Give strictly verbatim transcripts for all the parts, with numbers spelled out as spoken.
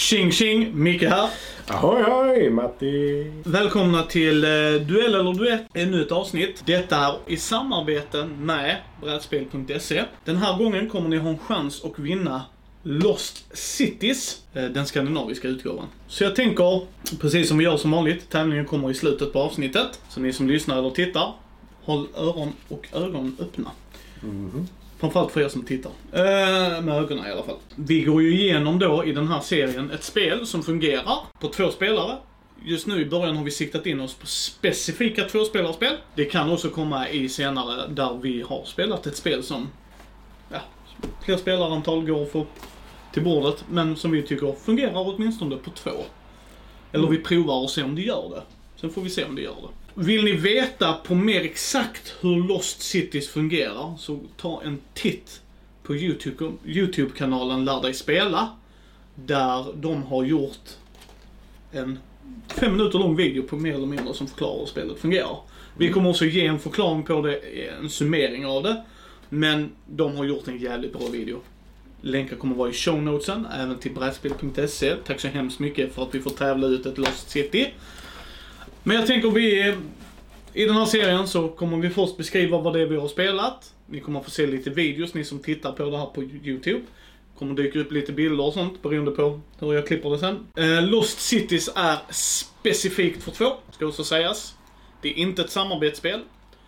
Tjing tjing, Micke här. Ahoy hoj, Matti. Välkomna till eh, Duell eller Duett, ännu ett avsnitt. Detta är i samarbete med brädspel punkt se. Den här gången kommer ni ha en chans att vinna Lost Cities, eh, den skandinaviska utgåvan. Så jag tänker, precis som vi gör som vanligt, tävlingen kommer i slutet på avsnittet. Så ni som lyssnar eller tittar, håll öron och ögon öppna. Mm-hmm. Framförallt för er som tittar. Eh, med ögonen i alla fall. Vi går ju igenom då i den här serien ett spel som fungerar på två spelare. Just nu i början har vi siktat in oss på specifika tvåspelarspel. Det kan också komma i senare där vi har spelat ett spel som ja, fler spelarantal går för till bordet. Men som vi tycker fungerar åtminstone på två. Eller vi provar och ser om det gör det. Sen får vi se om det gör det. Vill ni veta på mer exakt hur Lost Cities fungerar, så ta en titt på YouTube, YouTube-kanalen Lär dig spela, där de har gjort en fem minuter lång video på mer eller mindre som förklarar hur spelet fungerar. Vi kommer också ge en förklaring på det, en summering av det, men de har gjort en jävligt bra video. Länkar kommer vara i show notesen, även till brädspel punkt se. Tack så hemskt mycket för att vi får tävla ut ett Lost City. Men jag tänker vi, i den här serien så kommer vi först beskriva vad det är vi har spelat. Ni kommer få se lite videos, ni som tittar på det här på YouTube. Kommer dyka upp lite bilder och sånt beroende på hur jag klipper det sen. Eh, Lost Cities är specifikt för två, ska också sägas. Det är inte ett samarbetsspel.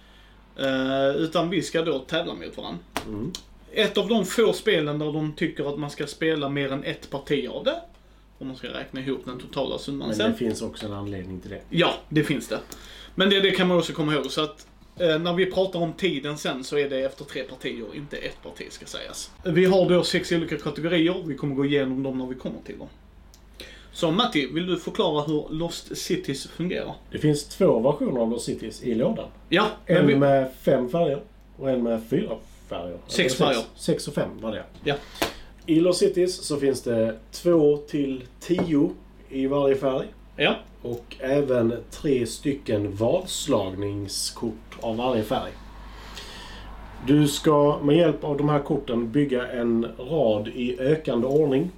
Eh, utan vi ska då tävla mot varandra. Mm. Ett av de få spelen där de tycker att man ska spela mer än ett parti av det. Om man ska räkna ihop den totala summan. Men sen. det finns också en anledning till det. Ja, det finns det. Men det, det kan man också komma ihåg. Så att eh, när vi pratar om tiden sen så är det efter tre partier, inte ett parti ska sägas. Vi har då sex olika kategorier. Vi kommer gå igenom dem när vi kommer till dem. Så Matti, vill du förklara hur Lost Cities fungerar? Det finns två versioner av Lost Cities i lådan. Ja. En vi... med fem färger och en med fyra färger. Sex färger. Sex, sex och fem var det. Ja. I Lost Cities så finns det två till tio i varje färg. Ja. Och även tre stycken vadslagningskort av varje färg. Du ska med hjälp av de här korten bygga en rad i ökande ordning.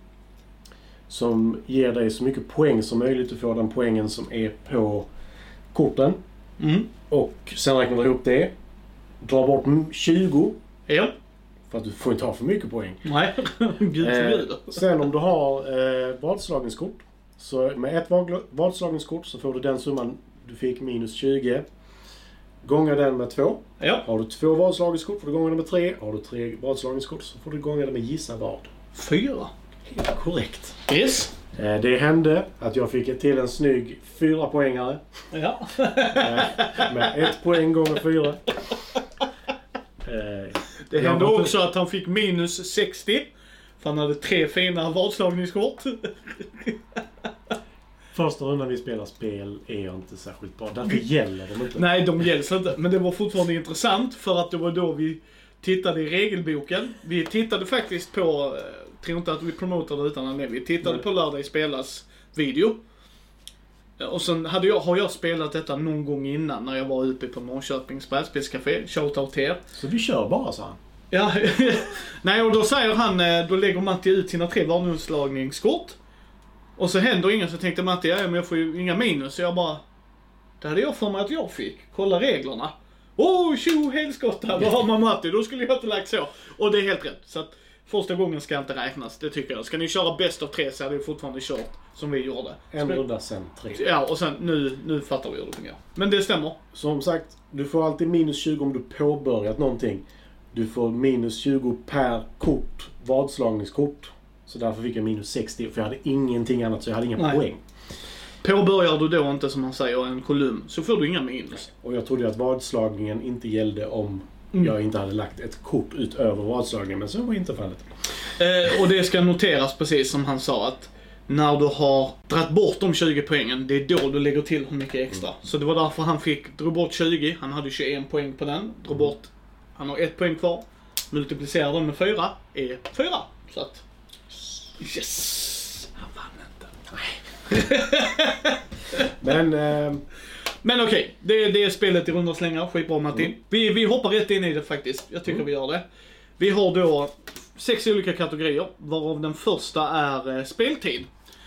Som ger dig så mycket poäng som möjligt. Du får den poängen som är på korten. Mm. Och sen räknar du ihop det. Dra bort tjugo. Ja. För att du får inte ha för mycket poäng. Nej, gud förbjuder. Eh, sen om du har eh, vadslagningskort. Så med ett vadslagningskort så får du den summan du fick minus tjugo. Gånga den med två. Ja. Har du två vadslagningskort får du gånga den med tre. Har du tre vadslagningskort så får du gånga den med gissa vad. Fyra. Helt korrekt. Yes. Eh, det hände att jag fick till en snygg fyra poängare. Ja. eh, med ett poäng gånger fyra. Eh, det hände också att han fick minus sextio. För han hade tre fina vadslagningskort. Första rundan vi spelar spel är jag inte särskilt bra. Därför gäller de inte. Nej, de gälls inte. Men det var fortfarande intressant för att det var då vi tittade i regelboken. Vi tittade faktiskt på, jag tror inte att vi promotade utan anledning. Vi tittade Nej. på Lär dig spelas video. Och sen hade jag, har jag spelat detta någon gång innan när jag var uppe på Norrköpings brädspelscafé. Shoutout till er. Så vi kör bara, så han. Ja, nej, och då säger han, då lägger Matti ut sina tre varningslagningskort. Och så händer inget, så tänkte Matti, ja men jag får ju inga minus. Så jag bara, det hade jag för mig att jag fick. Kolla reglerna. Åh, oh, tjo, helskotta, då har man Matti, då skulle jag inte lagt så. Och det är helt rätt, så att första gången ska inte räknas, det tycker jag. Ska ni köra bäst av tre så hade vi fortfarande kört som vi gjorde. En runda sen tre. Ja, och sen nu, nu fattar vi hur det fungerar. Men det stämmer. Som sagt, du får alltid minus tjugo om du påbörjat någonting. Du får minus tjugo per kort, vadslagningskort. Så därför fick jag minus sextio, för jag hade ingenting annat, så jag hade inga Nej. poäng. Påbörjar du då inte, som man säger, en kolumn, så får du inga minus. Och jag trodde att vadslagningen inte gällde om mm. jag inte hade lagt ett kort utöver vadslagningen, men så var inte fallet. Eh, och det ska noteras precis som han sa, att när du har dragit bort de tjugo poängen, det är då du lägger till hur mycket extra. Mm. Så det var därför han fick, drog bort tjugo, han hade tjugoen poäng på den, drog bort, han har ett poäng kvar, multiplicerar den med fyra, är fyra. Så att, yes, han vann inte. Nej. Men, eh... Men okej, okay. det, det är spelet i runda slängar, skitbra Martin. Mm. Vi, vi hoppar rätt in i det faktiskt, jag tycker mm. vi gör det. Vi har då sex olika kategorier, varav den första är eh, speltid.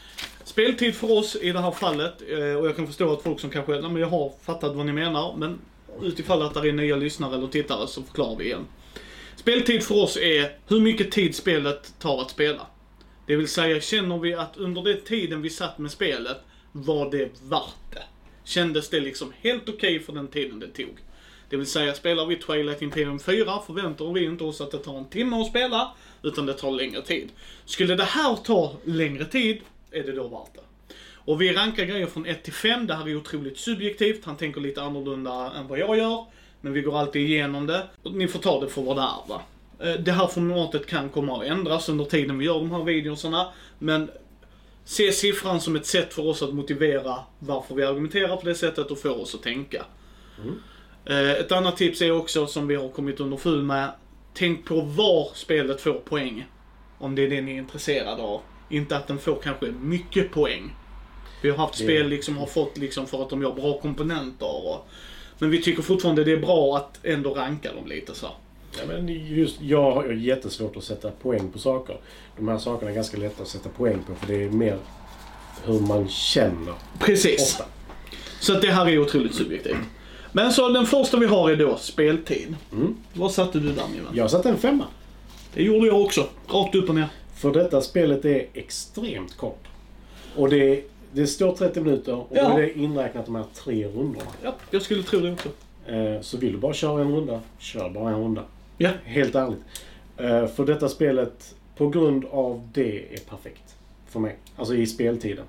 Speltid för oss i det här fallet, och jag kan förstå att folk som kanske, nej men jag har fattat vad ni menar, men utifall att det är nya lyssnare eller tittare så förklarar vi igen. Speltid för oss är hur mycket tid spelet tar att spela. Det vill säga, känner vi att under den tiden vi satt med spelet var det värt det? Kändes det liksom helt okej okay för den tiden det tog? Det vill säga, spelar vi Twilight Imperium fyra förväntar vi inte oss att det tar en timme att spela, utan det tar längre tid. Skulle det här ta längre tid, är det då värt det. Och vi rankar grejer från ett till fem, det här är otroligt subjektivt, han tänker lite annorlunda än vad jag gör, men vi går alltid igenom det. Och ni får ta det för vad det är, va? Det här formatet kan komma att ändras under tiden vi gör de här videorna, men se siffran som ett sätt för oss att motivera varför vi argumenterar på det sättet och få oss att tänka. Mm. Ett annat tips är också, som vi har kommit under full med, tänk på var spelet får poäng. Om det är det ni är intresserade av. Inte att den får kanske mycket poäng. Vi har haft det... spel liksom har fått liksom för att de gör bra komponenter. Och... Men vi tycker fortfarande det är bra att ändå ranka dem lite så. Ja, men just, jag har jättesvårt att sätta poäng på saker. De här sakerna är ganska lätta att sätta poäng på, för det är mer hur man känner. Precis. Ofta. Så att det här är otroligt subjektivt. Men så den första vi har är då speltid. Mm. Vad satte du där, Niven? Jag satte en femma. Det gjorde jag också. Rakt upp och ner. För detta spelet är extremt kort. Och det, det står trettio minuter och ja. Då är det inräknat de här tre rundorna. Ja, jag skulle tro det också. Eh, så vill du bara köra en runda, kör bara en runda. Ja. Helt ärligt. Eh, för detta spelet, på grund av det, är perfekt för mig. Alltså i speltiden.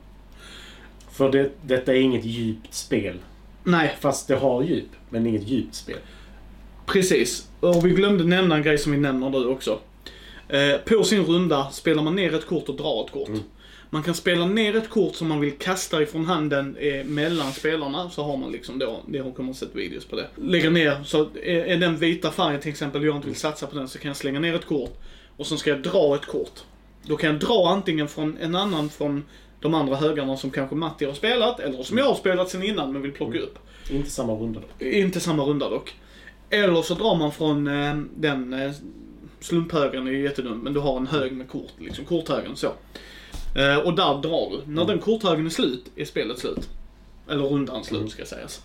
För det, detta är inget djupt spel. Nej. Fast det har djup, men inget djupt spel. Precis. Och vi glömde nämna en grej som vi nämner nu också. Eh, på sin runda spelar man ner ett kort och drar ett kort. Mm. Man kan spela ner ett kort som man vill kasta ifrån handen eh, mellan spelarna. Så har man liksom då, det har kommit sett videos på det. Lägga ner, så är, är den vita färgen till exempel, och jag inte vill satsa på den, så kan jag slänga ner ett kort. Och så ska jag dra ett kort. Då kan jag dra antingen från en annan från de andra högarna som kanske Matti har spelat, eller som jag har spelat sen innan men vill plocka upp. Inte samma runda dock. Inte samma runda dock. Eller så drar man från eh, den eh, slumphögen, är ju jättedumt, men du har en hög med kort, liksom korthögen så. Eh, och där drar du. När mm. den korthögen är slut, är spelet slut. Eller rundan slut, mm. ska sägas.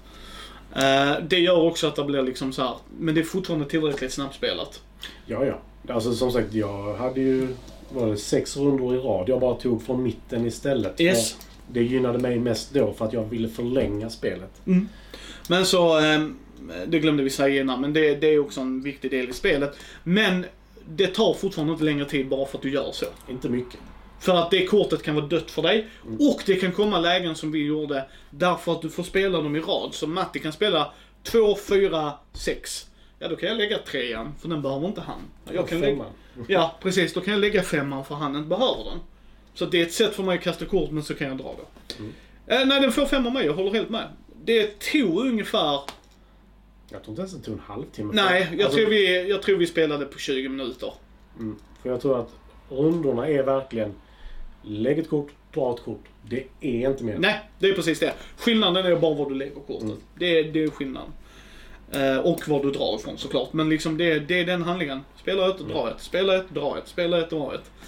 Eh, det gör också att det blir liksom så här, men det är fortfarande tillräckligt snabbt spelat. Ja, ja. Alltså som sagt, jag hade ju var det sex rundor i rad. Jag bara tog från mitten istället. Yes. Det gynnade mig mest då för att jag ville förlänga spelet. Mm. Men så, eh, det glömde vi säga innan, men det, det är också en viktig del i spelet. Men det tar fortfarande inte längre tid bara för att du gör så. Inte mycket. För att det kortet kan vara dött för dig. Mm. Och det kan komma lägen som vi gjorde därför att du får spela dem i rad. Så Matti kan spela två, fyra, sex. Ja, då kan jag lägga trean, för den behöver inte han. Jag kan lägga... Ja, precis. Då kan jag lägga femman för han inte behöver den. Så det är ett sätt för mig att kasta kort, men så kan jag dra det. Mm. Eh, nej, den får fem av mig. Jag håller helt med. Det tog ungefär... Jag tror inte ens det tog en halvtimme. Nej, jag, alltså... tror vi, jag tror vi spelade på tjugo minuter. Mm. För jag tror att rundorna är verkligen... Lägg ett kort, dra ett kort. Det är inte mer. Nej, det är precis det. Skillnaden är bara var du lägger kortet. Mm. Det, det är skillnaden. Uh, och vad du drar ifrån såklart. Men liksom det, det är den handlingen. Spela ett, dra ett. Spela ett, dra ett. Spela ett, dra ett.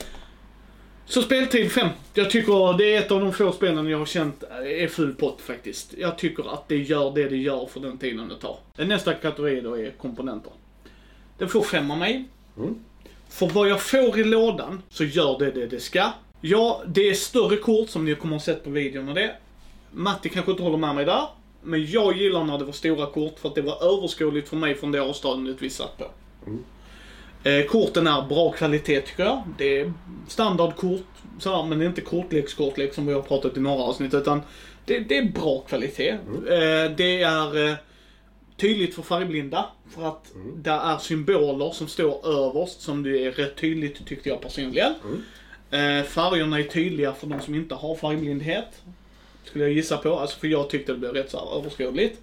Så speltid fem. Jag tycker det är ett av de få spelen jag har känt är full pott faktiskt. Jag tycker att det gör det det gör för den tiden det tar. Nästa kategori då är komponenter. Den får fem av mig. Mm. För vad jag får i lådan så gör det det det ska. Ja, det är större kort som ni kommer att sett på videon och det. Matti kanske inte håller med mig där. Men jag gillar när det var stora kort för att det var överskådligt för mig från det avståndet vi satt på. Mm. Eh, korten är bra kvalitet tycker jag. Det är standardkort, sådär, men det är inte kortlekskortlek som vi har pratat i några avsnitt, utan det, det är bra kvalitet. Mm. Eh, det är eh, tydligt för färgblinda för att mm. det är symboler som står överst som det är rätt tydligt tyckte jag personligen. Mm. Eh, färgerna är tydliga för de som inte har färgblindhet. Skulle jag gissa på, alltså för jag tyckte det blev rätt så här överskådligt.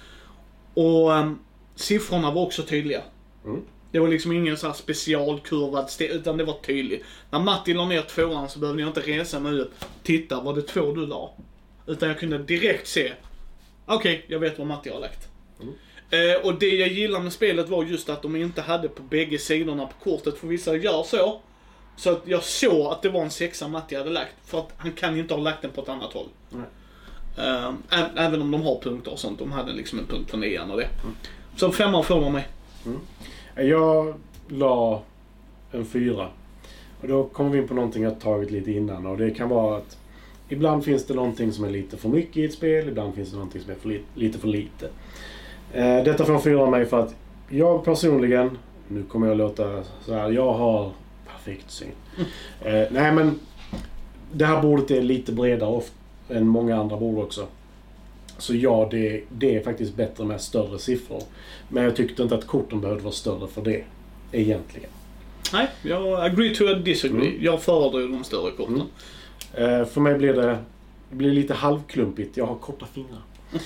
Och um, siffrorna var också tydliga. Mm. Det var liksom ingen så här specialkurvad steg, utan det var tydligt. När Matti la ner tvåan så behövde jag inte resa mig upp. Titta, var det två du la? Utan jag kunde direkt se, okej, okay, jag vet vad Matti har lagt. Mm. Eh, och det jag gillar med spelet var just att de inte hade på bägge sidorna på kortet, för vissa gör så. Så att jag såg att det var en sexa Matti hade lagt. För att han kan ju inte ha lagt den på ett annat håll. Nej. Uh, ä- även om de har punkter och sånt. De hade liksom en punkt på nian och det. Mm. Så femma får man mig. Mm. Jag la en fyra. Och då kommer vi in på någonting jag tagit lite innan. Och det kan vara att ibland finns det någonting som är lite för mycket i ett spel. Ibland finns det någonting som är för li- lite för lite. Uh, detta får en fyra av mig för att jag personligen, nu kommer jag låta så här, jag har perfekt syn. Mm. Uh, nej men, det här bordet är lite bredare ofta än många andra bord också. Så ja, det, det är faktiskt bättre med större siffror. Men jag tyckte inte att korten behövde vara större för det, egentligen. Nej, jag agree to disagree. Mm. Jag föredrar de större korten. Mm. Uh, för mig blir det, det blir lite halvklumpigt. Jag har korta fingrar.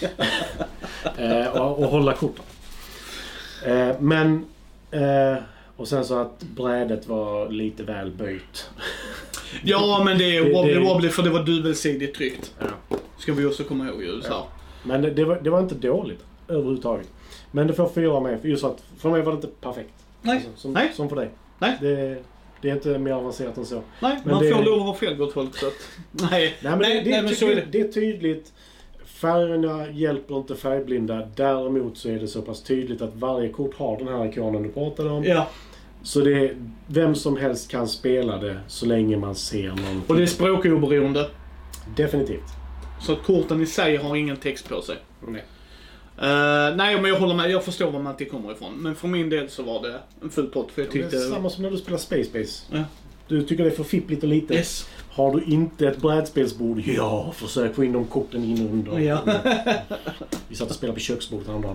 uh, och, och hålla korten. Uh, men, uh, och sen så att brädet var lite väl böjt. Ja, men det är det, wobbly det, wobbly för det var dubbelsidigt tryckt. Ja. Ska vi också komma ihåg ju. Ja. Men det, det, var, det var inte dåligt överhuvudtaget. Men det får fyra med. För just att för mig var det inte perfekt. Nej. Alltså, som, Nej. som för dig. Nej. Det, det är inte mer avancerat än så. Nej, men man det, får lov att ha fel gott folk. Så att, nej. Nej, men nej, det, det, nej, men ty, så är det. det är tydligt. Färgerna hjälper inte färgblinda. Däremot så är det så pass tydligt att varje kort har den här ikonen du pratade om. Ja. Så det är, vem som helst kan spela det så länge man ser någonting. Och det är språkoberoende. Definitivt. Så att korten i sig har ingen text på sig. Nej. Uh, nej, men jag håller med. Jag förstår var Matti kommer ifrån. Men för min del så var det en full pott. För jag tyckte... Det är samma som när du spelar Space Base. Ja. Du tycker det är för fippligt och lite. Yes. Har du inte ett brädspelsbord? Ja, försök få in de korten in under. Ja. Vi satt och spelade på köksbordet häromdagen.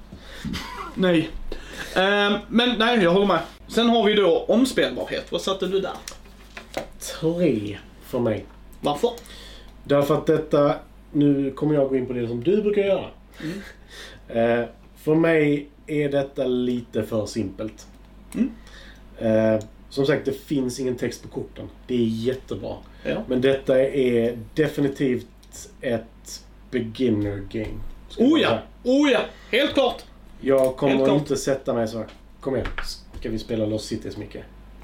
Nej. Uh, men nej, jag håller med. Sen har vi då omspelbarhet. Vad satte du där? Tre för mig. Varför? Därför att detta, nu kommer jag gå in på det som du brukar göra. Mm. Eh, för mig är detta lite för simpelt. Mm. Eh, som sagt, det finns ingen text på korten. Det är jättebra. Ja. Men detta är definitivt ett beginner game. Oh ja, oh ja, helt klart. Jag kommer helt inte klart. sätta mig så. Kom igen, ska vi spela Lost Cities mycket?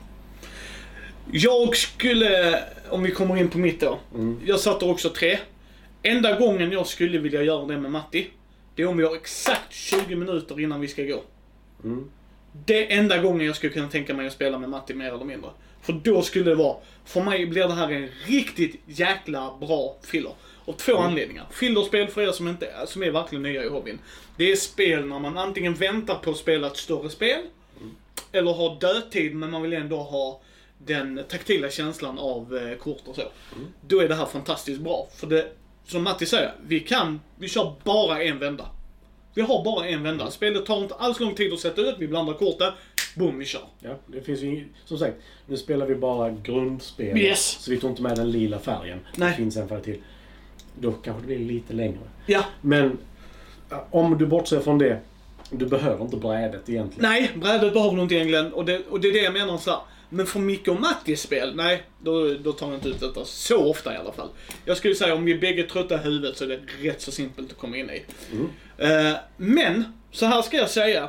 Jag skulle, om vi kommer in på mitt då. Mm. Jag satte också tre. Enda gången jag skulle vilja göra det med Matti, det är om vi har exakt tjugo minuter innan vi ska gå. Mm. Det är enda gången jag skulle kunna tänka mig att spela med Matti mer eller mindre. För då skulle det vara, för mig blir det här en riktigt jäkla bra filler. Av två mm. anledningar. Fillerspel för er som, inte, som är verkligen nya i hobbyn. Det är spel när man antingen väntar på att spela ett större spel. Mm. Eller har dödtid men man vill ändå ha den taktila känslan av eh, kort och så. Mm. Då är det här fantastiskt bra. För det, som Matti säger, vi kan, vi kör bara en vända. Vi har bara en vända. Spelet tar inte alls lång tid att sätta ut. Vi blandar korten. Boom, vi kör. Ja, det finns ju, som sagt, nu spelar vi bara grundspel. Yes. Så vi tar inte med den lila färgen. Nej. Det finns en färg till. Då kanske det blir lite längre. Ja. Men om du bortser från det, du behöver inte brädet egentligen. Nej, brädet behöver du inte egentligen. Och det, och det är det jag menar så här. Men för Micke och Mattis spel, nej, då, då tar jag inte ut detta så ofta i alla fall. Jag skulle säga om vi bägge är trötta i huvudet så är det rätt så simpelt att komma in i. Mm. Uh, men, så här ska jag säga.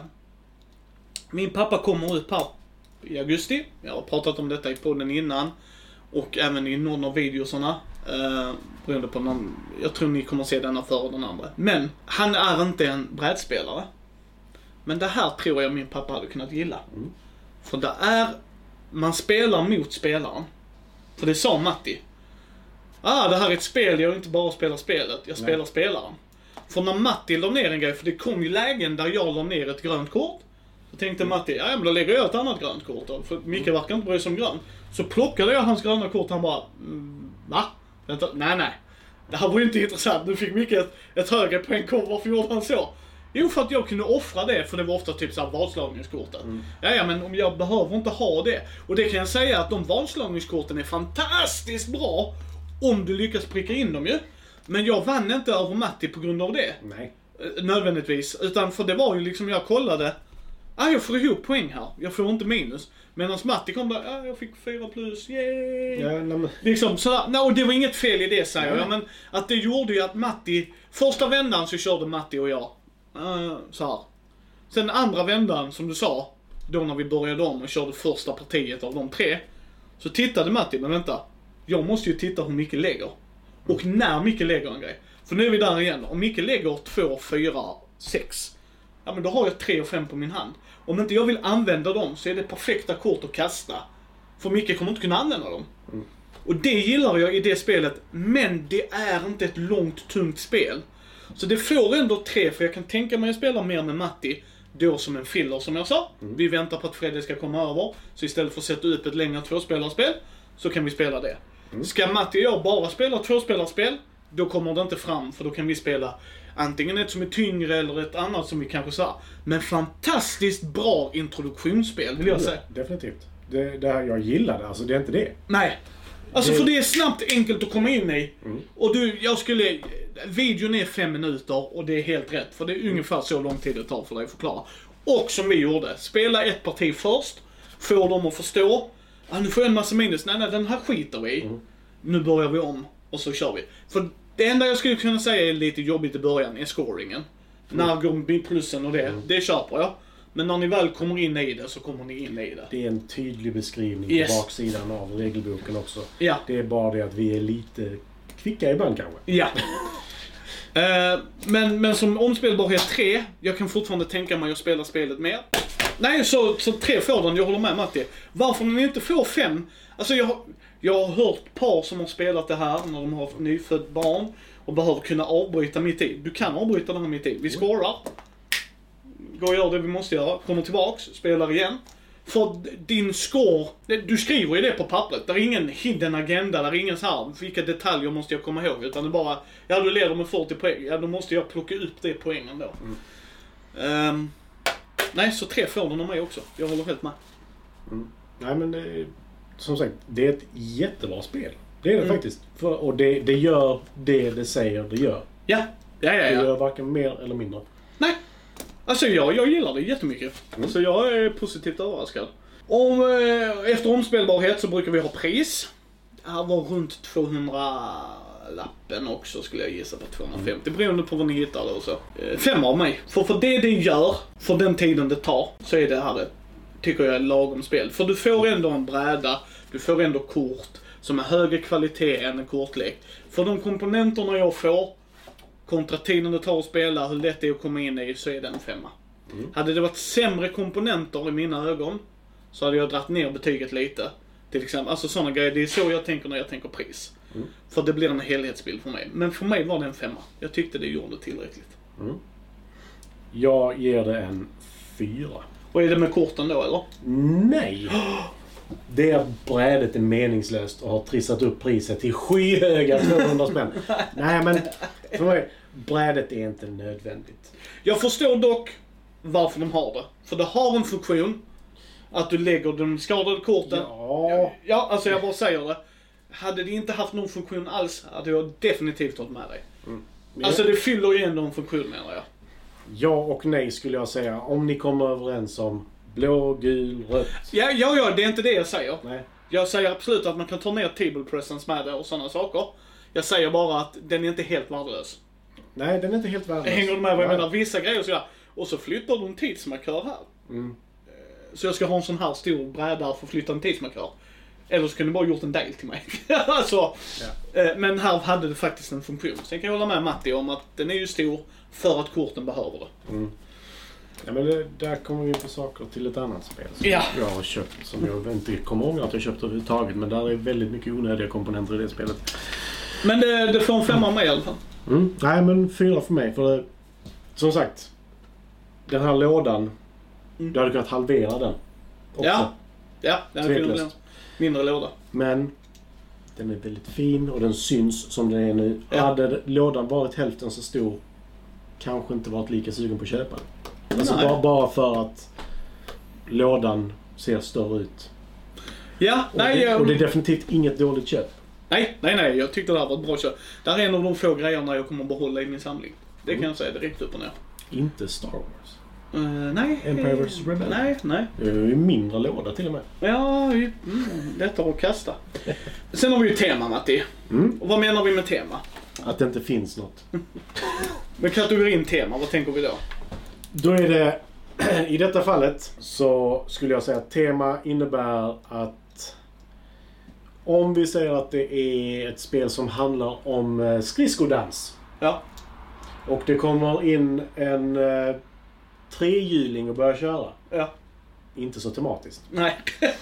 Min pappa kommer ut här i augusti. Jag har pratat om detta i podden innan. Och även i någon av videosarna. Uh, beroende på någon, jag tror ni kommer se denna före den andra. Men, han är inte en brädspelare. Men det här tror jag min pappa hade kunnat gilla. Mm. För det är, man spelar mot spelaren. För det sa Matti. Ah, det här är ett spel, jag inte bara spelar spelet, jag spelar Nej. spelaren. För när Matti la ner en grej, för det kom ju lägen där jag la ner ett grönt kort. Så tänkte Matti, ja men då lägger jag ett annat grönt kort då. För Micke verkar inte bry sig om grönt. Så plockade jag hans gröna kort, han bara, mm, va? Vänta, nej nej. Det här var ju inte intressant, nu fick Micke ett, ett högre poäng, varför gjorde han så? Jo, för att jag kunde offra det, för det var ofta typ såhär vadslagningskorten. Mm. Ja, ja, men om jag behöver inte ha det. Och det kan jag säga att de vadslagningskorten är fantastiskt bra om du lyckas pricka in dem ju. Men jag vann inte över Matti på grund av det. Nej. Nödvändigtvis. Utan för det var ju liksom, jag kollade. Ah, jag får ihop poäng här. Jag får inte minus. Medan Matti kom där, ah, jag fick fyra plus, yay! Ja, men... Liksom sådär. Nej, och det var inget fel i det, säger mm. jag. Men att det gjorde ju att Matti, första vändan så körde Matti och jag. Uh, så här. Sen andra vändan, som du sa, då när vi började om och körde första partiet av de tre, Så tittade Matti, men vänta. Jag måste ju titta hur mycket lägger. Och när mycket lägger en grej. För nu är vi där igen. Om mycket lägger två, fyra, sex. Ja, men då har jag tre och fem på min hand. Om inte jag vill använda dem så är det perfekta kort att kasta. För mycket kommer inte kunna använda dem. Mm. Och det gillar jag i det spelet. Men det är inte ett långt, tungt spel. Så det får ändå tre, för jag kan tänka mig att spela mer med Matti. Då som en filler, som jag sa. Mm. Vi väntar på att Fredrik ska komma över. Så istället för att sätta upp ett längre tvåspelarspel så kan vi spela det. Mm. Ska Matti och jag bara spela tvåspelarspel, då kommer det inte fram. För då kan vi spela antingen ett som är tyngre eller ett annat som vi kanske sa. Men fantastiskt bra introduktionsspel, vill jag säga. Ja, definitivt. Det, det här jag gillade, alltså det är inte det. Nej. Alltså det... för det är snabbt, enkelt att komma in i. Mm. Och du, jag skulle... Videon är fem minuter och det är helt rätt. För det är ungefär så lång tid det tar för dig att förklara. Och som vi gjorde, spela ett parti först. Få dem att förstå. Ah, nu får jag en massa minus. Nej, nej, den här skiter vi i. Mm. Nu börjar vi om och så kör vi. För det enda jag skulle kunna säga är lite jobbigt i början är scoringen. Mm. När går plussen och det, mm. det köper jag. Men när ni väl kommer in i det så kommer ni in i det. Det är en tydlig beskrivning yes. på baksidan av regelboken också. Ja. Det är bara det att vi är lite kvicka ibland kanske. Ja. uh, men, men som omspelbarhet tre, jag kan fortfarande tänka mig att spela spelet mer. Nej, så, så tre får den, jag håller med Matti. Varför ni inte får fem? Alltså jag har, jag har hört par som har spelat det här när de har nyfött barn och behöver kunna avbryta mitt i. Du kan avbryta det här mitt i. Vi scorar. Går och gör det vi måste göra. Kommer tillbaks, spelar igen. För din score, du skriver ju det på pappret. Det är ingen hidden agenda, det är ingen så här, vilka detaljer måste jag komma ihåg. Utan det är bara, ja du leder med fyrtio poäng. Ja då måste jag plocka upp det poängen då. Mm. Um, nej, så tre får den av mig också. Jag håller helt med. Mm. Nej men det, som sagt, det är ett jättebra spel. Det är det mm. faktiskt. För, och det, det gör det det säger det gör. Ja, ja, ja. ja. Det gör varken mer eller mindre. Nej. Alltså jag, jag gillar det jättemycket. Mm. Så jag är positivt överraskad. Om, eh, efter omspelbarhet så brukar vi ha pris. Det här var runt tvåhundra-lappen också skulle jag gissa på tvåhundrafemtio. Mm. Beroende på vad ni hittar och så. Eh, fem av mig. För för det det gör, för den tiden det tar, så är det här ett, tycker jag är lagom spel. För du får ändå en bräda, du får ändå kort som är högre kvalitet än en kortlek. För de komponenterna jag får, kontra tiden det tar att spela, hur lätt det är att komma in i, så är det en femma. Mm. Hade det varit sämre komponenter i mina ögon så hade jag dratt ner betyget lite. Till exempel, alltså sådana grejer, det är så jag tänker när jag tänker pris. Mm. För det blir en helhetsbild för mig. Men för mig var det en femma. Jag tyckte det gjorde tillräckligt. Mm. Jag ger det en fyra. Och är det med korten då, eller? Nej! Det brädet är meningslöst och har trissat upp priset till skyhöga tvåhundra spänn. Nej, men för mig, brädet är inte nödvändigt. Jag förstår dock varför de har det. För det har en funktion att du lägger de skadade korten. Ja. Ja, alltså jag bara säger det. Hade det inte haft någon funktion alls hade jag definitivt tagit med dig. Mm. Alltså det fyller ju ändå en funktion, menar jag. Ja och nej skulle jag säga. Om ni kommer överens om blå, gul, rött. Ja, ja, ja, det är inte det jag säger. Nej. Jag säger absolut att man kan ta ner table presence med det och sådana saker. Jag säger bara att den är inte helt värdelös. Nej, den är inte helt värdelös. Hänger du med vad jag menar? Vissa grejer så ja. Och så flyttar du en tidsmarkör här. Mm. Så jag ska ha en sån här stor bräda för att flytta en tidsmarkör. Eller så kunde du bara gjort en del till mig. alltså, ja. Men här hade det faktiskt en funktion. Sen kan jag hålla med Matti om att den är ju stor för att korten behöver det. Mm. Ja, men det, där kommer vi på saker till ett annat spel som ja. jag har köpt. Som jag inte kommer ihåg att jag köpt överhuvudtaget. Men där är väldigt mycket onödiga komponenter i det spelet. Men det, det får en femma med i alla fall. Mm. Nej, men fyra för mig. För det, som sagt, den här lådan, mm. du hade kunnat halvera den också. Ja, ja den hade kunnat bli en mindre låda. Men den är väldigt fin och den syns som den är nu. Ja. Hade lådan varit hälften så stor, kanske inte varit lika sugen på att köpa den. Alltså bara, bara för att lådan ser större ut. Ja, och nej. Det, Jag... och det är definitivt inget dåligt köp. Nej, nej, nej. Jag tyckte det här var ett bra köp. Det här är en av de få grejerna jag kommer att behålla i min samling. Det mm. kan jag säga direkt upp och ner. Inte Star Wars. Uh, nej. Empire versus. Rebellion. Nej, nej. Det är ju mindre låda till och med. Ja, mm, lättare att kasta. Sen har vi ju tema, Matti. Mm. Och vad menar vi med tema? Att det inte finns något. Med kategorin tema, vad tänker vi då? Då är det, i detta fallet så skulle jag säga att tema innebär att Om vi säger att det är ett spel som handlar om skridskodans. Ja. Och det kommer in en eh, trehjuling och börjar köra. Ja. Inte så tematiskt. Nej.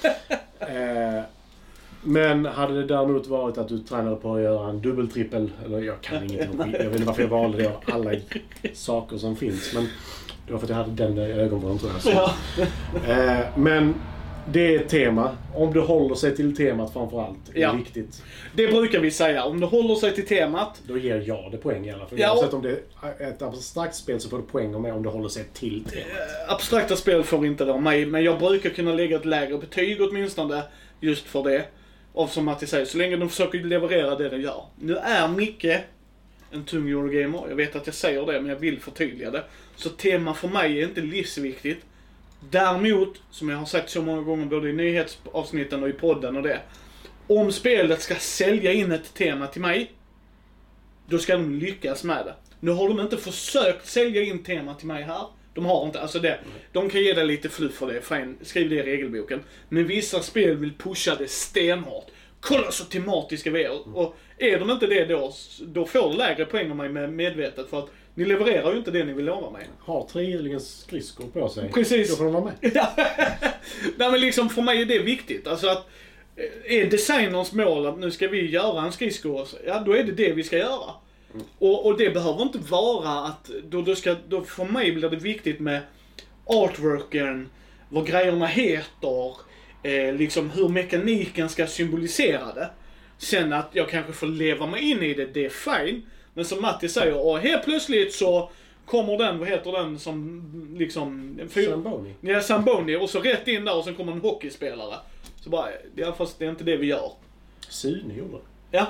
eh, men hade det däremot varit att du tränade på att göra en dubbeltrippel, eller jag kan ingenting om, jag vet inte varför jag valde det av alla saker som finns, men det var för att jag hade den där i ögonvrån, tror jag. Så. Ja. eh, men det är ett tema. Om du håller sig till temat framförallt, är Ja. viktigt. Det brukar vi säga. Om du håller sig till temat. Då ger jag det poäng i alla fall. Ja, och... Oavsett om det är ett abstrakt spel så får du poäng om du håller sig till temat. Abstrakta spel får inte det av mig, men jag brukar kunna lägga ett lägre betyg åtminstone just för det. Och som Matti säger, så länge de försöker leverera det de gör. Nu är Micke en tung Eurogamer. Jag vet att jag säger det, men jag vill förtydliga det. Så tema för mig är inte livsviktigt. Däremot, som jag har sagt så många gånger både i nyhetsavsnitten och i podden och det. Om spelet ska sälja in ett tema till mig, då ska de lyckas med det. Nu har de inte försökt sälja in tema till mig här. De har inte, alltså det. De kan ge dig lite fluff för det, fine, skriv det i regelboken. Men vissa spel vill pusha det stenhårt. Kolla så tematiska vi är. Och är de inte det då, då får du lägre poäng av mig med medvetet. För att ni levererar ju inte det ni vill lova mig. Har trehjulingens skridskor på sig. Precis. Då får de vara med. Nej, men liksom för mig är det viktigt. Alltså att är designers mål att nu ska vi göra en skridsko, ja då är det det vi ska göra. Mm. Och, och det behöver inte vara att, då, då, ska, då för mig blir det viktigt med artworken, vad grejerna heter, eh, liksom hur mekaniken ska symbolisera det. Sen att jag kanske får leva mig in i det, det är fine. Men som Matti säger, och helt plötsligt så kommer den, vad heter den som liksom... Fyr... Zamboni. Ja, Zamboni. Och så rätt in där och sen kommer en hockeyspelare. Så bara, ja fast det är inte det vi gör. Sune gjorde. Ja.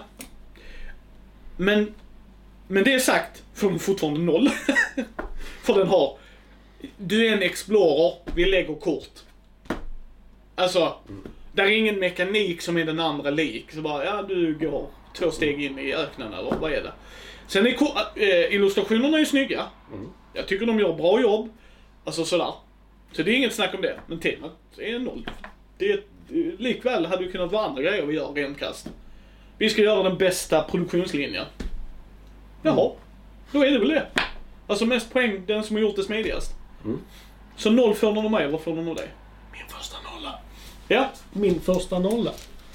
Men, men det är sagt, får de fortfarande noll. För den har, du är en explorer, vi lägger kort. Alltså, mm. där är ingen mekanik som är den andra lik. Så bara, ja du går två steg in i öknen eller vad är det? Sen är äh, illustrationerna är snygga. Mm. Jag tycker de gör bra jobb. Alltså sådär. Så det är inget snack om det. Men temat är noll. Det är, likväl hade det kunnat vara andra grejer vi gör rent krasst. Vi ska göra den bästa produktionslinjen. Jaha, mm. då är det väl det. Alltså mest poäng, den som har gjort det smidigast. Mm. Så noll får någon av mig, vad får någon av dig? Min första nolla. Ja. Min första nolla.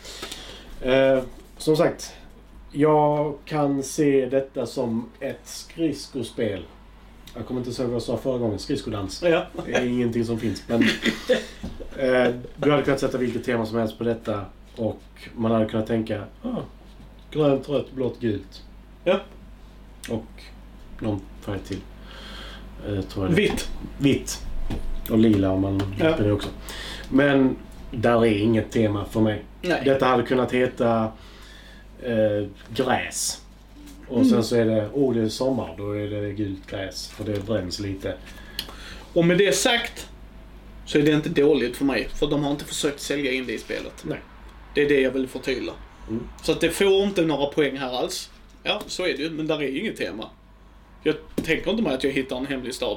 Eh, som sagt, jag kan se detta som ett skridskospel. Jag kommer inte säga vad jag sa förra gången, skridskodans. Ja. Det är ingenting som finns. Men eh, du hade kunnat sätta vilket tema som helst på detta. Och man hade kunnat tänka, ah, grönt, rött, blått, gult. Ja. Och någon färg till. Eh, tror jag det. Vitt. Vitt. Och lila om man ja. det också. Men där är inget tema för mig. Nej. Detta hade kunnat heta eh, gräs. Och mm. sen så är det, åh oh, det är sommar, då är det gult gräs. För det bränns lite. Och med det sagt så är det inte dåligt för mig. För de har inte försökt sälja in det i spelet. Nej. Det är det jag vill förtydliga. Mm. Så att det får inte några poäng här alls. Ja, så är det ju. Men där är inget tema. Jag tänker inte mig att jag hittar en hemlig stad.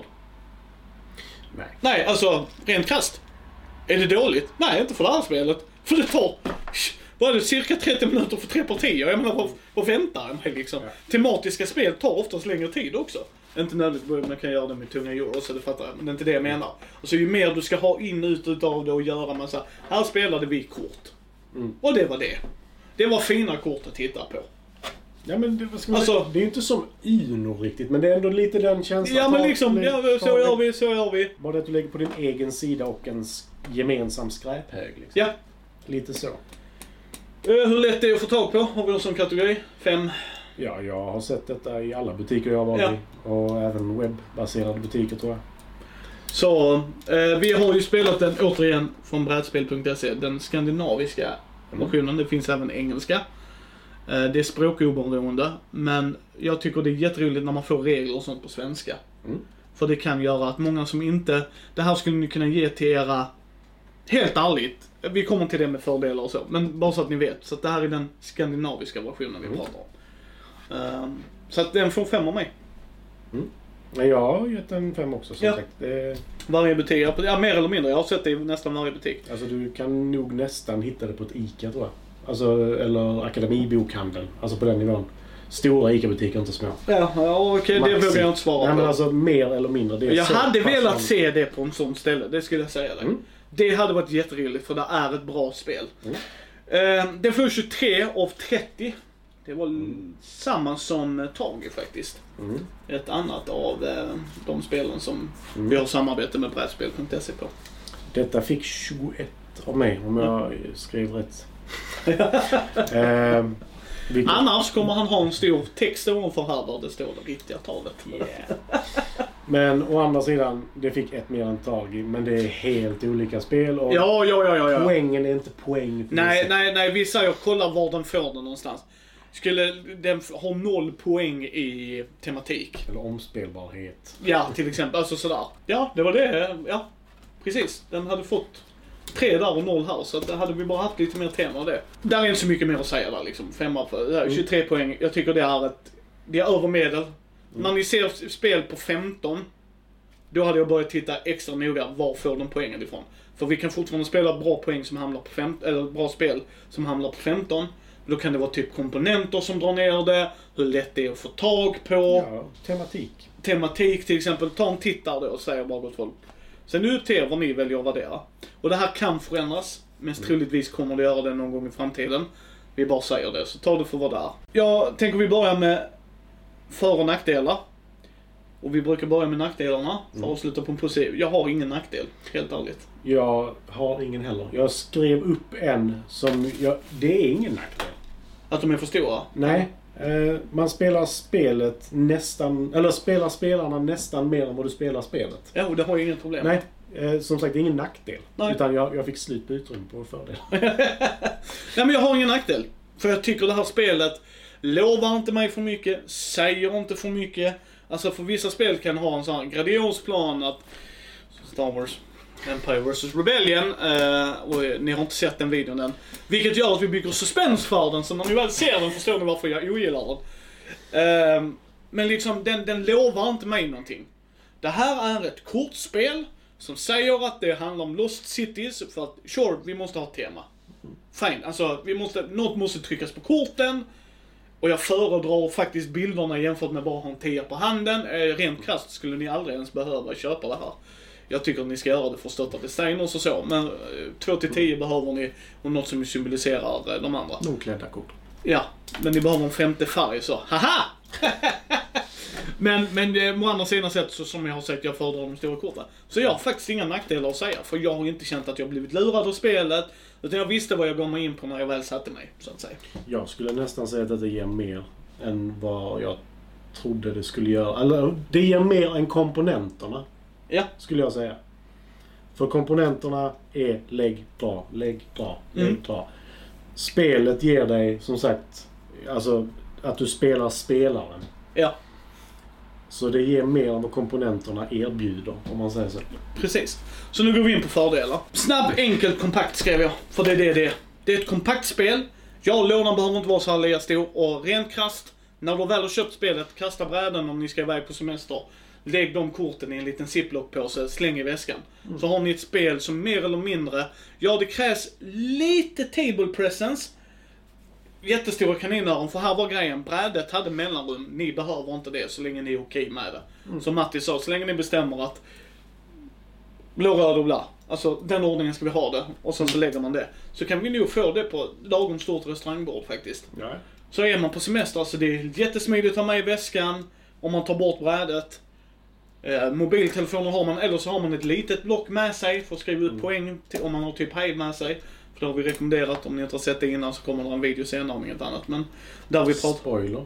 Nej. Nej, alltså rent krasst. Är det dåligt? Nej, inte för det här spelet. För det tar... Vad är det? Cirka trettio minuter för tre partier. Jag menar, vad, vad väntar jag mig liksom? Ja. Tematiska spel tar oftast längre tid också. Inte nödvändigt, man kan göra det med tunga euro, så det fattar jag. Men det är inte det jag menar. Alltså ju mer du ska ha in ut utav det och göra massa... Här spelade vi kort. Mm. Och det var det. Det var fina kort att titta på. Ja, men det, vad ska man alltså, säga? Det är ju inte som Uno riktigt, men det är ändå lite den känslan. Ja, men liksom, ja, så gör vi, så gör vi. Bara det att du lägger på din egen sida och en gemensam skräphög. Liksom. Ja. Lite så. Hur lätt det är att få tag på? Har vi någon sån kategori? Fem? Ja, jag har sett detta i alla butiker jag har varit ja. i. Och även webbaserade butiker, tror jag. Så, eh, vi har ju spelat den återigen från brädspel punkt se. Den skandinaviska mm. versionen. Det finns även engelska. Eh, det är språkoberoende. Men jag tycker det är jätteroligt när man får regler och sånt på svenska. Mm. För det kan göra att många som inte... Det här skulle ni kunna ge till era... Helt ärligt. Vi kommer till det med fördelar och så. Men bara så att ni vet. Så att det här är den skandinaviska versionen vi mm. pratar om. Uh, så att den får fem av mig. Mm. Jag har gett en fem också, som ja. sagt. Det... Varje butik. Ja, mer eller mindre. Jag har sett det i nästan varje butik. Alltså du kan nog nästan hitta det på ett Ica, tror jag. Alltså, eller akademibokhandeln. Alltså på den nivån. Stora ICA-butiker, inte små. Ja, ja okej, det vågar jag inte svara på. Nej, men alltså mer eller mindre. Det är jag hade velat som... se det på en sån ställe, det skulle jag säga dig. Mm. Det hade varit jätteroligt för det är ett bra spel. Mm. Uh, det får tjugotre av trettio. Det var mm. samma som Tagi faktiskt. Mm. Ett annat av uh, de spelen som mm. vi har samarbete med brädspel punkt se på. Detta fick tjugoett av mig om jag mm. skrev rätt. uh, Vilket... Annars kommer han ha en stor text ovanför här där det står det riktiga talet. Yeah. Men å andra sidan, det fick ett mer än Tagi, men det är helt olika spel och ja, ja, ja, ja, ja. poängen är inte poäng. Nej, nej, nej, vi säger kolla var den får den någonstans. Skulle den ha noll poäng i tematik? Eller omspelbarhet. Ja, till exempel, alltså sådär. Ja, det var det, ja, precis. Den hade fått tre där och noll här, så att hade vi bara haft lite mer tema av det. Där är inte så mycket mer att säga där liksom. Femma för, tjugotre mm. poäng. Jag tycker det är ett, det är över medel. Mm. När ni ser spel på femton, då hade jag börjat titta extra noga var får de poängen ifrån. För vi kan fortfarande spela bra poäng som hamnar på femton, eller bra spel som hamnar på femton. Då kan det vara typ komponenter som drar ner det, hur lätt det är att få tag på. Ja, tematik. Tematik till exempel, ta en tittare då och säger bara gott folk. Sen nu till er vad ni väljer att värdera. Och det här kan förändras. Mest mm. troligtvis kommer det göra det någon gång i framtiden. Vi bara säger det, så ta det för vad det är. Jag tänker vi börjar med för- och nackdelar. Och vi brukar börja med nackdelarna för att mm. avsluta på en positiv. Jag har ingen nackdel, helt ärligt. Jag har ingen heller. Jag skrev upp en som... Jag, det är ingen nackdel. Att de är för stora? Nej. Eh, man spelar spelet nästan... Eller spelar spelarna nästan mer än vad du spelar spelet. Ja, och det har ju inget problem. Nej. Eh, som sagt, det är ingen nackdel. Nej. Utan jag, jag fick slut på utrymme på fördel. Nej, men jag har ingen nackdel. För jag tycker det här spelet lovar inte mig för mycket. Säger inte för mycket. Alltså för vissa spel kan ha en sån gradios plan att Star Wars Empire versus. Rebellion uh, och ni har inte sett den videon än. Vilket gör att vi bygger suspense för den, så när ni väl ser den förstår ni varför jag ogillar den. Uh, men liksom den, den lovar inte mig någonting. Det här är ett kortspel som säger att det handlar om Lost Cities för att sure, vi måste ha ett tema. Fine, alltså vi måste, något måste tryckas på korten. Och jag föredrar faktiskt bilderna jämfört med bara ha en tia på handen. Eh, rent krasst skulle ni aldrig ens behöva köpa det här. Jag tycker att ni ska göra det för att stötta designers och så. Men eh, två till tio behöver ni och något som symboliserar eh, de andra. Nogklädda kort. Ja, men ni behöver en femte färg så. Haha! men men eh, å andra sidan sett så som jag har sagt, jag föredrar de stora korten. Så jag har faktiskt inga nackdelar att säga. För jag har inte känt att jag blivit lurad av spelet. Utan jag visste vad jag gav mig in på när jag väl satte mig, så att säga. Jag skulle nästan säga att det ger mer än vad jag trodde det skulle göra. Eller, det ger mer än komponenterna. Ja. Skulle jag säga. För komponenterna är lägg, dra, lägg, dra, lägg, mm. dra. Spelet ger dig, som sagt, alltså att du spelar spelaren. Ja. Så det ger mer än vad komponenterna erbjuder, om man säger så. Precis. Så nu går vi in på fördelar. Snabb, enkelt, kompakt skrev jag. För det är det det är. Det är ett kompakt spel. Ja, lådan behöver inte vara så här stor. Och rent krasst, när du väl har köpt spelet, kasta bräden om ni ska iväg på semester. Lägg de korten i en liten ziplock-påse, släng i väskan. Mm. Så har ni ett spel som mer eller mindre, ja det krävs lite table presence. Jättestora kaninöron, för här var grejen, brädet hade mellanrum, ni behöver inte det så länge ni är okej med det. Mm. Som Matti sa, så länge ni bestämmer att blå, röd och blå, alltså den ordningen ska vi ha det, och sen så lägger man det. Så kan vi nog få det på lagom stort restaurangbord faktiskt. Ja. Så är man på semester, alltså det är jättesmidigt att ha med i väskan, om man tar bort brädet. Eh, mobiltelefoner har man, eller så har man ett litet block med sig för att skriva ut mm. poäng till, om man har typ Hive med sig. För det har vi rekommenderat, om ni inte har sett det innan så kommer det en video senare om inget annat. Men där vi pratar... Spoiler.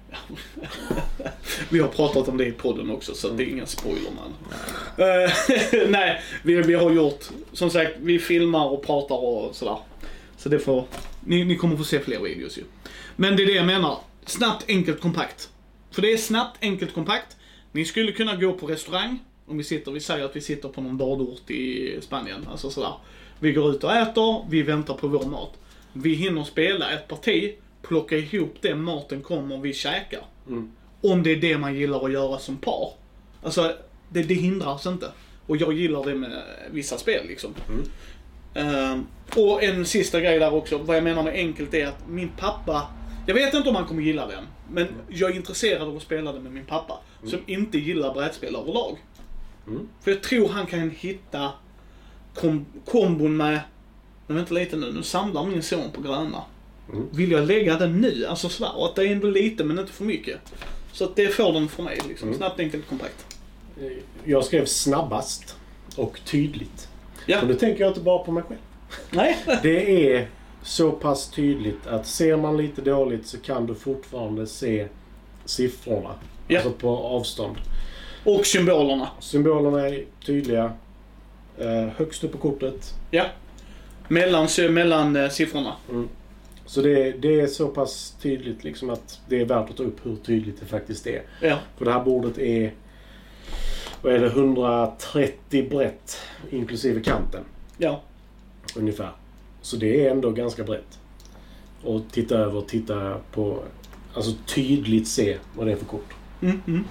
Vi har pratat om det i podden också, så mm. det är ingen spoiler man. Nej, uh, nej vi, vi har gjort, som sagt, vi filmar och pratar och sådär. Så det får, ni, ni kommer få se fler videos ju. Men det är det jag menar, snabbt, enkelt, kompakt. För det är snabbt, enkelt, kompakt. Ni skulle kunna gå på restaurang, om vi sitter, vi säger att vi sitter på någon badort i Spanien, alltså sådär. Vi går ut och äter, vi väntar på vår mat. Vi hinner spela ett parti, plocka ihop det maten kommer och vi käkar. Mm. Om det är det man gillar att göra som par. Alltså, det, det hindrar oss inte. Och jag gillar det med vissa spel liksom. Mm. Uh, och en sista grej där också, vad jag menar med enkelt är att min pappa, jag vet inte om han kommer gilla den, men jag är intresserad av att spela det med min pappa, mm. som inte gillar brädspel överlag. Mm. För jag tror han kan hitta kom- kombon med, men vänta lite nu, nu samlar min son på gröna. Mm. Vill jag lägga den nu? Alltså sådär, och att det är ändå lite men inte för mycket. Så att det får den för mig, liksom. Mm. Snabbt, enkelt, kompakt. Jag skrev snabbast och tydligt. Ja. Och nu tänker jag inte bara på mig själv. Nej. Det är så pass tydligt att ser man lite dåligt så kan du fortfarande se siffrorna. Ja. Alltså på avstånd. Och symbolerna. Symbolerna är tydliga. Eh, högst upp på kortet. Ja. Mellan, mellan eh, siffrorna. Mm. Så det, det är så pass tydligt liksom att det är värt att ta upp hur tydligt det faktiskt är. Ja. För det här bordet är, vad är det, hundratrettio brett inklusive kanten. Ja. Ungefär. Så det är ändå ganska brett. Och titta över och titta på, alltså tydligt se vad det är för kort. Mm, mm.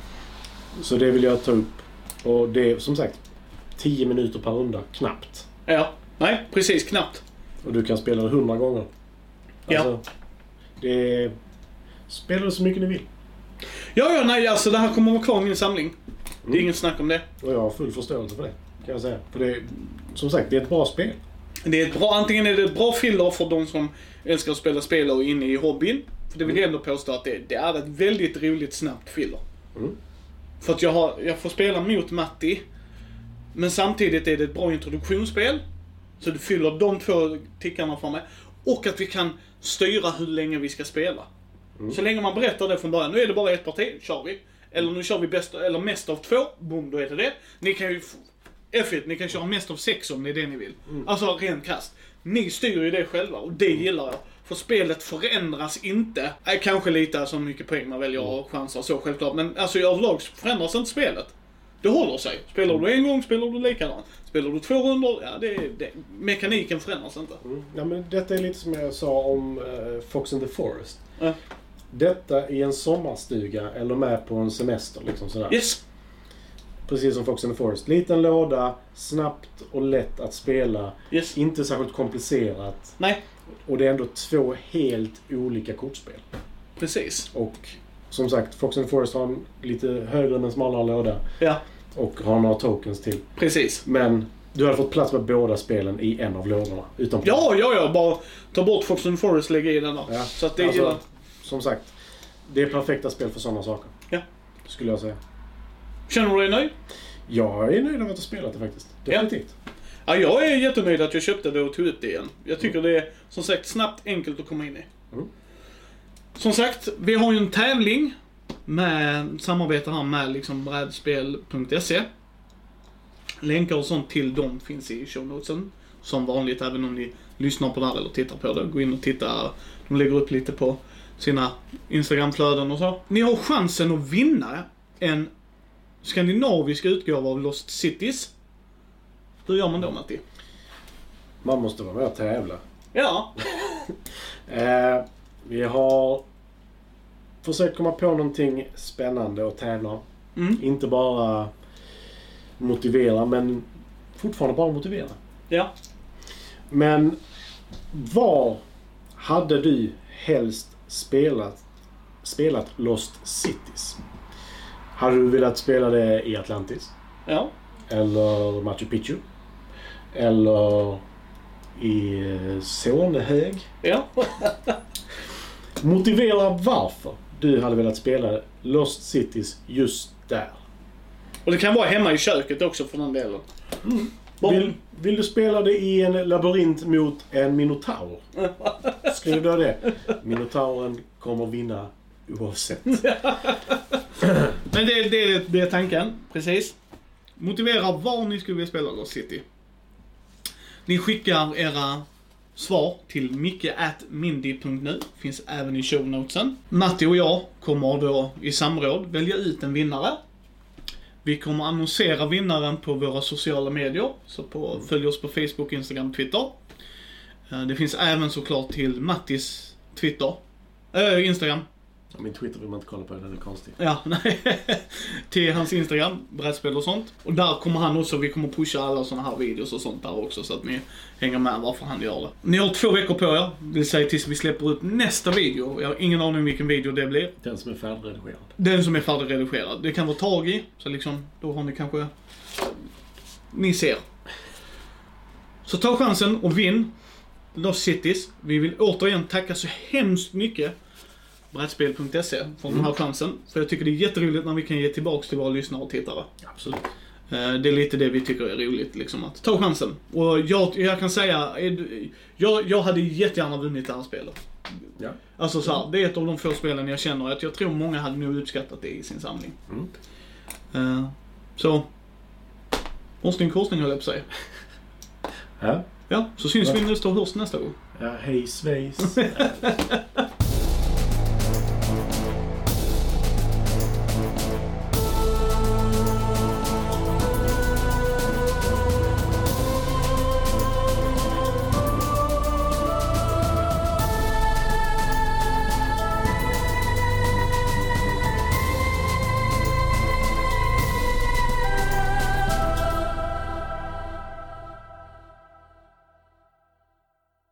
Så det vill jag ta upp. Och det är som sagt tio minuter per runda, knappt. Ja, nej precis, knappt. Och du kan spela det hundra gånger. Alltså, ja. Det är, spela det så mycket ni vill. Ja, ja, nej, alltså det här kommer att vara kvar i min samling. Mm. Det är inget snack om det. Och jag har full förståelse för det, kan jag säga. För det är, som sagt, det är ett bra spel. Det är ett bra, antingen är det ett bra filler för de som älskar att spela spel och är inne i hobbyn. För det vill jag ändå påstå att det, det är ett väldigt roligt snabbt filler. Mm. För att jag, har, jag får spela mot Matti. Men samtidigt är det ett bra introduktionsspel. Så du fyller de två tickarna för mig. Och att vi kan styra hur länge vi ska spela. Mm. Så länge man berättar det från början. Nu är det bara ett parti, kör vi. Eller nu kör vi bäst, eller mest av två. Boom, då är det det. Ni kan ju... F ett, ni kan köra mest av sex om det är det ni vill. Mm. Alltså rent krasst. Ni styr ju det själva och det gillar jag. För spelet förändras inte. Äh, kanske lite så mycket poäng man väljer och chanser så självklart. Men alltså i överlag förändras inte spelet. Det håller sig. Spelar du en gång, spelar du likadant. Spelar du två rundor, ja det är det. Mekaniken förändras inte. Mm. Ja, men detta är lite som jag sa om uh, Fox and the Forest. Äh. Detta i en sommarstuga eller med på en semester liksom sådär. Yes. Precis som Fox and the Forest. Liten låda, snabbt och lätt att spela. Yes. Inte särskilt komplicerat. Nej. Och det är ändå två helt olika kortspel. Precis. Och som sagt, Fox and the Forest har en lite högre men smalare låda. Ja. Och har några tokens till. Precis. Men du har fått plats med båda spelen i en av lådorna. Utan ja, ja, ja. Bara ta bort Fox and the Forest och lägga i den där. Ja. Så att det alltså, gillar... som sagt, det är perfekta spel för sådana saker. Ja. Skulle jag säga. Känner du dig nöjd? Jag är nöjd av att ha spelat det faktiskt. Definitivt. Ja. Ja, jag är jättenöjd att jag köpte det och tog ut det igen. Jag tycker mm. det är som sagt snabbt, enkelt att komma in i. Mm. Som sagt, vi har ju en tävling med samarbetar här med liksom brädspel punkt se. Länkar och sånt till dem finns i show notesen. Som vanligt, även om ni lyssnar på det här eller tittar på det. Gå in och titta. De lägger upp lite på sina Instagramflöden och så. Ni har chansen att vinna en skandinavisk utgåva av Lost Cities. Hur gör man då, Matti? Man måste vara med och tävla. Ja. eh, vi har försökt komma på någonting spännande att tävla om. Mm. Inte bara motivera, men fortfarande bara motivera. Ja. Men var hade du helst spelat, spelat Lost Cities? Hade du velat spela det i Atlantis? Ja. Eller Machu Picchu? Eller i Sonehög? Ja. Motivera varför du hade velat spela Lost Cities just där. Och det kan vara hemma i köket också för den delen. Mm. Vill, vill du spela det i en labyrint mot en minotaur? Skriv då det. Minotauren kommer vinna oavsett. Men det, det, det är tanken, precis. Motivera var ni skulle vilja spela Lost City. Ni skickar era svar till micke at mindy punkt nu. Finns även i show notesen. Matti och jag kommer då i samråd välja ut en vinnare. Vi kommer annonsera vinnaren på våra sociala medier. Så på, följ oss på Facebook, Instagram, Twitter. Det finns även såklart till Mattis Twitter. Äh, Instagram. Min Twitter vill man inte kolla på, den är konstig. Ja, nej. Till hans Instagram, brädspel och sånt. Och där kommer han också, vi kommer pusha alla såna här videos och sånt där också, så att ni hänger med varför han gör det. Ni har två veckor på er, det vill säga tills vi släpper ut nästa video. Jag har ingen aning om vilken video det blir. Den som är färdigredigerad. Den som är färdigredigerad. Det kan vara tag i, så liksom, då har ni kanske... Ni ser. Så ta chansen och vinn Lost Cities. Vi vill återigen tacka så hemskt mycket brädspel punkt se för mm. den här chansen. För jag tycker det är jätteroligt när vi kan ge tillbaka till våra lyssnare och tittare. Absolut. Det är lite det vi tycker är roligt, liksom, att ta chansen. Och jag, jag kan säga, jag, jag hade jättegärna vunnit det här spelet. Ja. Alltså så här, det är ett av de få spelen jag känner att jag tror många hade nog uppskattat det i sin samling. Mm. Uh, så, korsning, korsning höll jag på sig. Ja. Ja, så syns ja. vi nästa och hörs nästa gång. Ja, hej svejs.